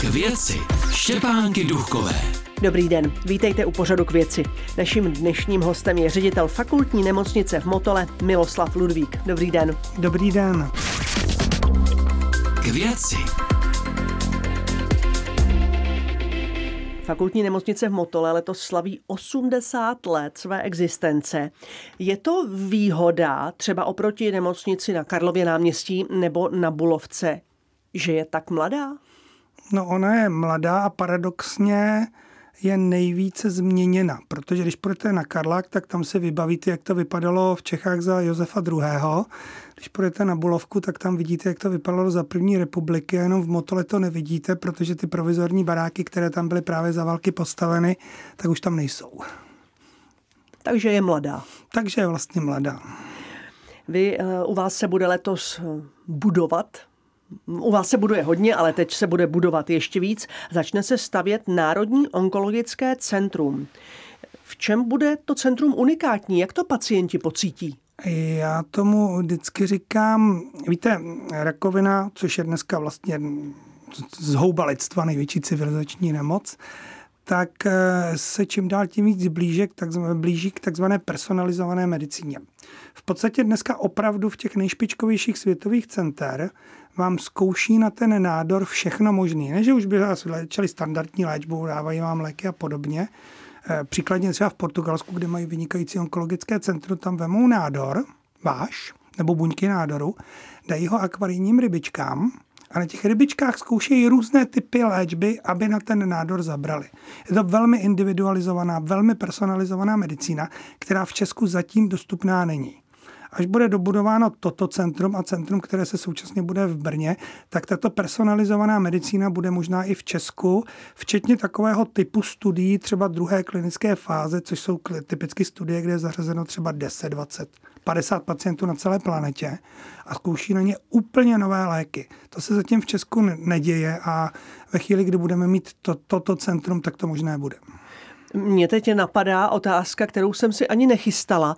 K věci Štěpánky Duchkové. Dobrý den, vítejte u pořadu K věci. Naším dnešním hostem je ředitel fakultní nemocnice v Motole Miloslav Ludvík. Dobrý den. Dobrý den. K věci. Fakultní nemocnice v Motole letos slaví 80 let své existence. Je to výhoda třeba oproti nemocnici na Karlově náměstí nebo na Bulovce, že je tak mladá? No ona je mladá a paradoxně je nejvíce změněna, protože když půjdete na Karlák, tak tam si vybavíte, jak to vypadalo v Čechách za Josefa II. Když půjdete na Bulovku, tak tam vidíte, jak to vypadalo za první republiky, a jenom v Motole to nevidíte, protože ty provizorní baráky, které tam byly právě za války postaveny, tak už tam nejsou. Takže je mladá. Takže je vlastně mladá. U vás se bude letos budovat. U vás se buduje hodně, ale teď se bude budovat ještě víc. Začne se stavět Národní onkologické centrum. V čem bude to centrum unikátní? Jak to pacienti pocítí? Já tomu vždycky říkám, víte, rakovina, což je dneska vlastně zhouba lidstva, největší civilizační nemoc, tak se čím dál tím víc blíží k takzvané personalizované medicíně. V podstatě dneska opravdu v těch nejšpičkovějších světových center vám zkouší na ten nádor všechno možné. Ne, že už by vás léčili standardní léčbou, dávají vám léky a podobně. Příkladně třeba v Portugalsku, kde mají vynikající onkologické centrum, tam vemou nádor, váš, nebo buňky nádoru, dají ho akvarijním rybičkám a na těch rybičkách zkoušejí různé typy léčby, aby na ten nádor zabrali. Je to velmi individualizovaná, velmi personalizovaná medicína, která v Česku zatím dostupná není. Až bude dobudováno toto centrum a centrum, které se současně bude v Brně, tak tato personalizovaná medicína bude možná i v Česku, včetně takového typu studií, třeba druhé klinické fáze, což jsou typicky studie, kde je zařazeno třeba 10, 20, 50 pacientů na celé planetě a zkouší na ně úplně nové léky. To se zatím v Česku neděje a ve chvíli, kdy budeme mít toto centrum, tak to možné bude. Mně teď napadá otázka, kterou jsem si ani nechystala.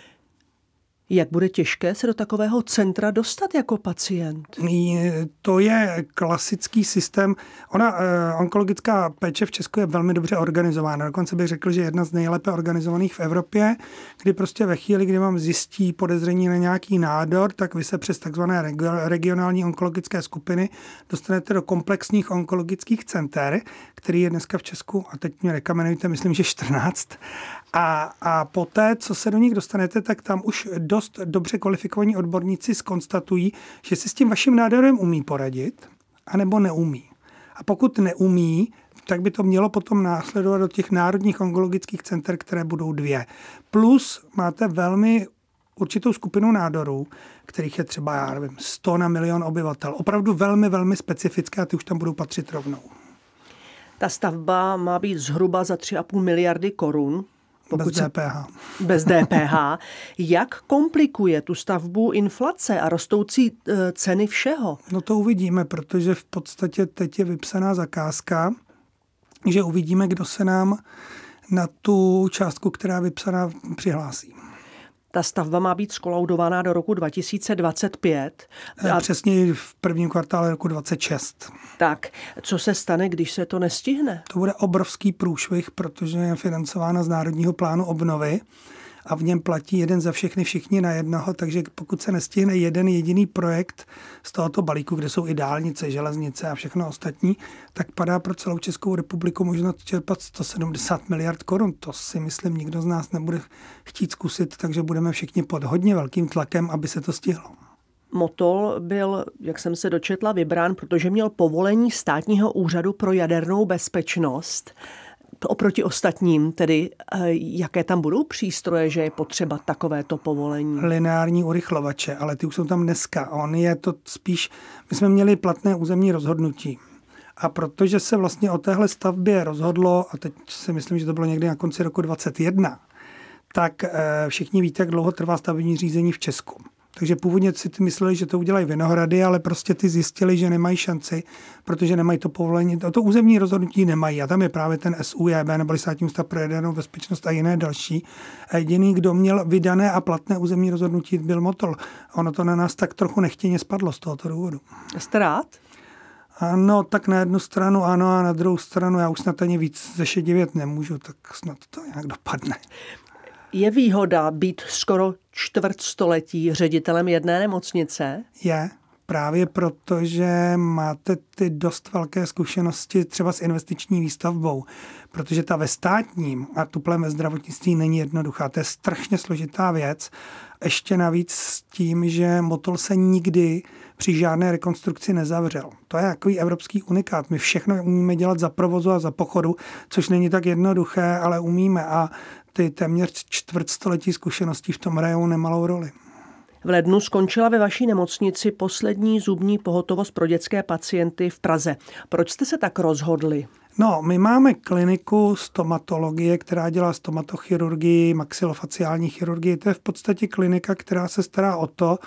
Jak bude těžké se do takového centra dostat jako pacient? To je klasický systém. Onkologická péče v Česku je velmi dobře organizována. Dokonce bych řekl, že jedna z nejlépe organizovaných v Evropě, kdy prostě ve chvíli, kdy vám zjistí podezření na nějaký nádor, tak vy se přes takzvané regionální onkologické skupiny dostanete do komplexních onkologických center, který je dneska v Česku, a teď mě rekamenujte, myslím, že 14. A poté, co se do nich dostanete, tak tam už dost dobře kvalifikovaní odborníci zkonstatují, že si s tím vaším nádorem umí poradit, anebo neumí. A pokud neumí, tak by to mělo potom následovat do těch národních onkologických center, které budou 2. Plus máte velmi určitou skupinu nádorů, kterých je třeba, 100 na milion obyvatel. Opravdu velmi, velmi specifické a ty už tam budou patřit rovnou. Ta stavba má být zhruba za 3,5 miliardy korun. Bez DPH. Bez DPH. Jak komplikuje tu stavbu inflace a rostoucí ceny všeho? No to uvidíme, protože v podstatě teď je vypsaná zakázka, že uvidíme, kdo se nám na tu částku, která je vypsaná, přihlásí. Ta stavba má být skolaudovaná do roku 2025. Přesně v prvním kvartále roku 2026. Tak, co se stane, když se to nestihne? To bude obrovský průšvih, protože je financována z Národního plánu obnovy a v něm platí jeden za všechny, všichni na jednoho, takže pokud se nestihne jeden jediný projekt z tohoto balíku, kde jsou i dálnice, železnice a všechno ostatní, tak padá pro celou Českou republiku možnost čerpat 170 miliard korun. To si myslím, nikdo z nás nebude chtít zkusit, takže budeme všichni pod hodně velkým tlakem, aby se to stihlo. Motol byl, jak jsem se dočetla, vybrán, protože měl povolení Státního úřadu pro jadernou bezpečnost. Oproti ostatním, tedy jaké tam budou přístroje, že je potřeba takovéto povolení? Lineární urychlovače, ale ty už jsou tam dneska. Je to spíš, my jsme měli platné územní rozhodnutí. A protože se vlastně o téhle stavbě rozhodlo, a teď si myslím, že to bylo někdy na konci roku 2021, tak všichni víte, jak dlouho trvá stavební řízení v Česku. Takže původně si ty mysleli, že to udělají Vinohrady, ale prostě ty zjistili, že nemají šanci, protože nemají to povolení. To územní rozhodnutí nemají. A tam je právě ten SÚJB, nebo Státní ústav pro jadernou bezpečnost a jiné další. A jediný, kdo měl vydané a platné územní rozhodnutí, byl Motol. Ono to na nás tak trochu nechtěně spadlo z tohoto důvodu. Jste rád? Ano, tak na jednu stranu ano a na druhou stranu já už snad ani víc zešedivět nemůžu, tak snad to nějak dopadne. Je výhoda být skoro čtvrtstoletí ředitelem jedné nemocnice? Je, právě proto, že máte ty dost velké zkušenosti třeba s investiční výstavbou, protože ta ve státním a tuplem ve zdravotnictví není jednoduchá. To je strašně složitá věc. Ještě navíc s tím, že Motol se nikdy při žádné rekonstrukci nezavřel. To je takový evropský unikát. My všechno umíme dělat za provozu a za pochodu, což není tak jednoduché, ale umíme a ty téměř čtvrtstoletí zkušeností v tom hrajou nemalou roli. V lednu skončila ve vaší nemocnici poslední zubní pohotovost pro dětské pacienty v Praze. Proč jste se tak rozhodli? No, my máme kliniku stomatologie, která dělá stomatochirurgii, maxilofaciální chirurgii. To je v podstatě klinika, která se stará o to,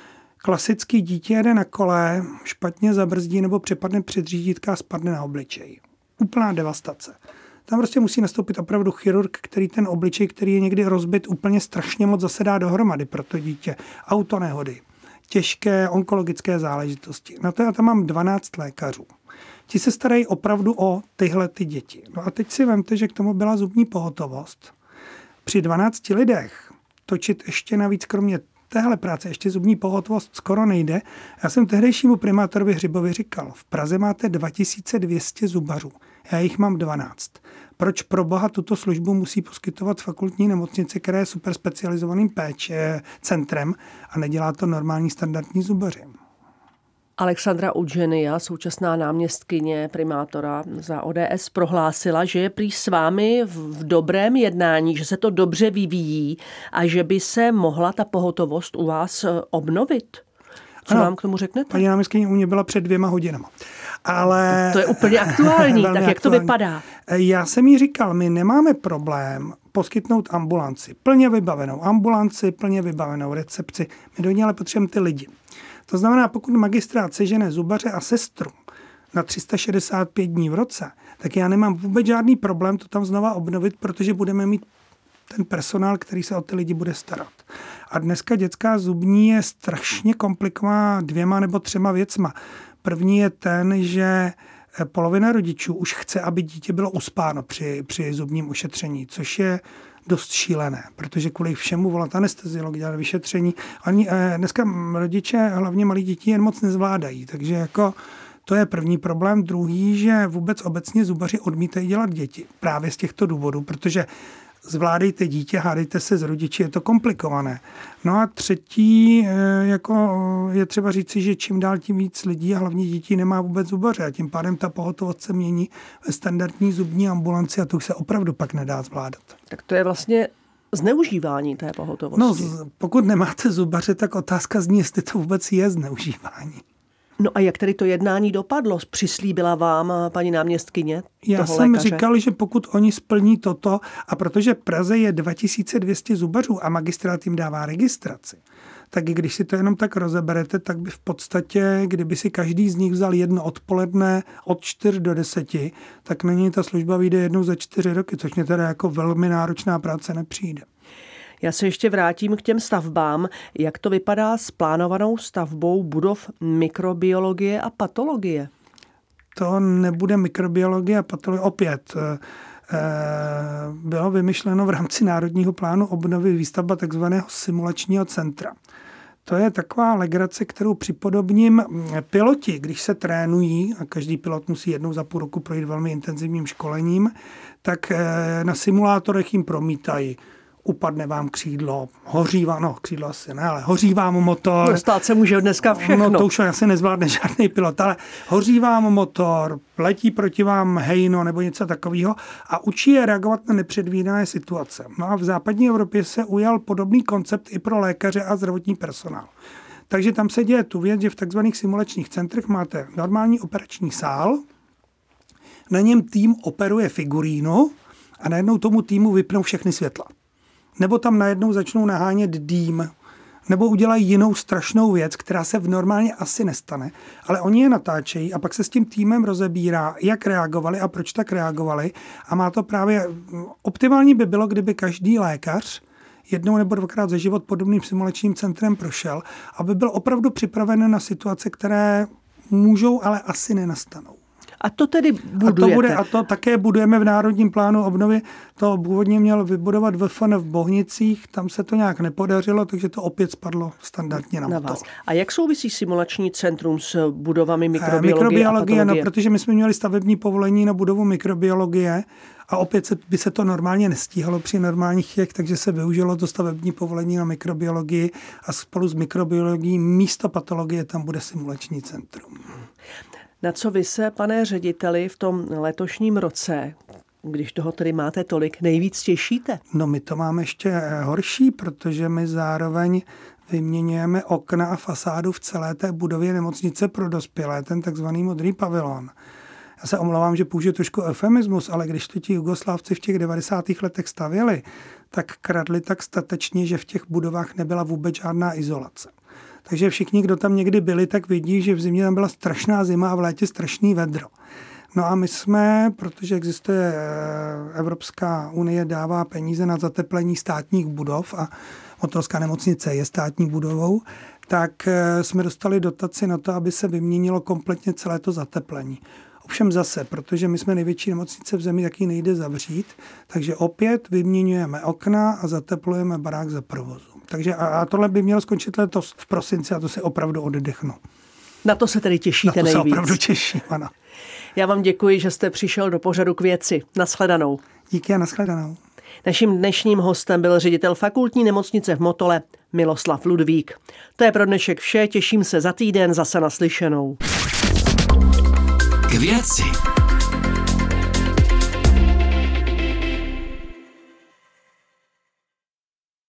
klasický dítě jede na kole, špatně zabrzdí nebo přepadne před řídítka a spadne na obličej. Úplná devastace. Tam prostě musí nastoupit opravdu chirurg, který ten obličej, který je někdy rozbit, úplně strašně moc zase dá dohromady pro to dítě. Autonehody, těžké onkologické záležitosti. Na to já tam mám 12 lékařů. Ti se starají opravdu o tyhle ty děti. No a teď si vemte, že k tomu byla zubní pohotovost. Při 12 lidech točit ještě navíc, kromě téhle práce, ještě zubní pohotovost skoro nejde. Já jsem tehdejšímu primátorovi Hřibovi říkal, v Praze máte 2200 zubařů, já jich mám 12. Proč pro boha tuto službu musí poskytovat fakultní nemocnice, která je super specializovaným centrem a nedělá to normální standardní zubaři? Alexandra Udženia, současná náměstkyně primátora za ODS, prohlásila, že je prý s vámi v dobrém jednání, že se to dobře vyvíjí a že by se mohla ta pohotovost u vás obnovit. Co nám k tomu řeknete? Paní náměstkyně u mě byla před 2 hodinama. Ale to je úplně aktuální, tak jak to vypadá? Já jsem jí říkal, my nemáme problém poskytnout ambulanci, plně vybavenou ambulanci, plně vybavenou recepci, my do ní ale potřebujeme ty lidi. To znamená, pokud magistrát sežene zubaře a sestru na 365 dní v roce, tak já nemám vůbec žádný problém to tam znova obnovit, protože budeme mít ten personál, který se o ty lidi bude starat. A dneska dětská zubní je strašně komplikovaná 2 nebo 3 věcma. První je ten, že polovina rodičů už chce, aby dítě bylo uspáno při zubním ošetření, což je dost šílené, protože kvůli všemu volat anesteziolog, dělat vyšetření. Dneska rodiče, hlavně malí děti, jen moc nezvládají, takže jako to je první problém. Druhý, že vůbec obecně zubaři odmítají dělat děti. Právě z těchto důvodů, protože zvládejte dítě, hádejte se s rodiči, je to komplikované. No a třetí, jako je třeba říci, že čím dál tím víc lidí a hlavně dětí nemá vůbec zubaře a tím pádem ta pohotovost se mění ve standardní zubní ambulanci a to už se opravdu pak nedá zvládat. Tak to je vlastně zneužívání té pohotovosti. No, pokud nemáte zubaře, tak otázka zní, jestli to vůbec je zneužívání. No a jak tedy to jednání dopadlo? Přislíbila vám paní náměstkyně Já jsem říkal, že pokud oni splní toto, a protože Praze je 2200 zubařů a magistrát jim dává registraci, tak i když si to jenom tak rozeberete, tak by v podstatě, kdyby si každý z nich vzal jedno odpoledne od 4 do 10, tak na něj ta služba vyjde jednou za 4 roky, což mě teda jako velmi náročná práce nepřijde. Já se ještě vrátím k těm stavbám. Jak to vypadá s plánovanou stavbou budov mikrobiologie a patologie? To nebude mikrobiologie a patologie. Opět bylo vymyšleno v rámci Národního plánu obnovy výstavba takzvaného simulačního centra. To je taková legrace, kterou připodobním piloti, když se trénují, a každý pilot musí jednou za půl roku projít velmi intenzivním školením, tak na simulátorech jim promítají. Upadne vám křídlo, hoří vám, křídlo asi ne, ale hoří vám motor. No, stát se může dneska všechno. No to už asi nezvládne žádný pilot, ale hoří vám motor, letí proti vám hejno nebo něco takového a učí je reagovat na nepředvídané situace. No a v západní Evropě se ujal podobný koncept i pro lékaře a zdravotní personál. Takže tam se děje tu věc, že v takzvaných simulačních centrech máte normální operační sál, na něm tým operuje figurínu a najednou tomu týmu vypnou všechny světla. Nebo tam najednou začnou nahánět dým, nebo udělají jinou strašnou věc, která se v normálně asi nestane, ale oni je natáčejí a pak se s tím týmem rozebírá, jak reagovali a proč tak reagovali a má to právě, optimální by bylo, kdyby každý lékař jednou nebo 2krát za život podobným simulačním centrem prošel, aby byl opravdu připraven na situace, které můžou, ale asi nenastanou. A to tedy budujete? A to také budujeme v Národním plánu obnovy. To původně měl vybudovat VFN v Bohnicích, tam se to nějak nepodařilo, takže to opět spadlo standardně na vás. A jak souvisí simulační centrum s budovami mikrobiologie a mikrobiologie? patologie? No, protože my jsme měli stavební povolení na budovu mikrobiologie a opět by se to normálně nestíhalo při normálních chech, takže se využilo to stavební povolení na mikrobiologii a spolu s mikrobiologií místo patologie tam bude simulační centrum. Na co vy se, pane řediteli, v tom letošním roce, když toho tedy máte tolik, nejvíc těšíte? No my to máme ještě horší, protože my zároveň vyměňujeme okna a fasádu v celé té budově nemocnice pro dospělé, ten takzvaný modrý pavilon. Já se omlouvám, že použiju trošku eufemismus, ale když to ti Jugoslávci v těch 90. letech stavěli, tak kradli tak statečně, že v těch budovách nebyla vůbec žádná izolace. Takže všichni, kdo tam někdy byli, tak vidí, že v zimě tam byla strašná zima a v létě strašný vedro. No a my jsme, protože existuje Evropská unie, dává peníze na zateplení státních budov a Motolská nemocnice je státní budovou, tak jsme dostali dotaci na to, aby se vyměnilo kompletně celé to zateplení. Ovšem zase, protože my jsme největší nemocnice v zemi, tak ji nejde zavřít, takže opět vyměňujeme okna a zateplujeme barák za provozu. Takže a tohle by mělo skončit letos v prosinci a to si opravdu oddechnu. Na to se tedy těšíte nejvíc? Na to se opravdu těším, ano. Já vám děkuji, že jste přišel do pořadu K věci. Nashledanou. Díky a nashledanou. Naším dnešním hostem byl ředitel fakultní nemocnice v Motole Miloslav Ludvík. To je pro dnešek vše, těším se za týden zase naslyšenou. K věci.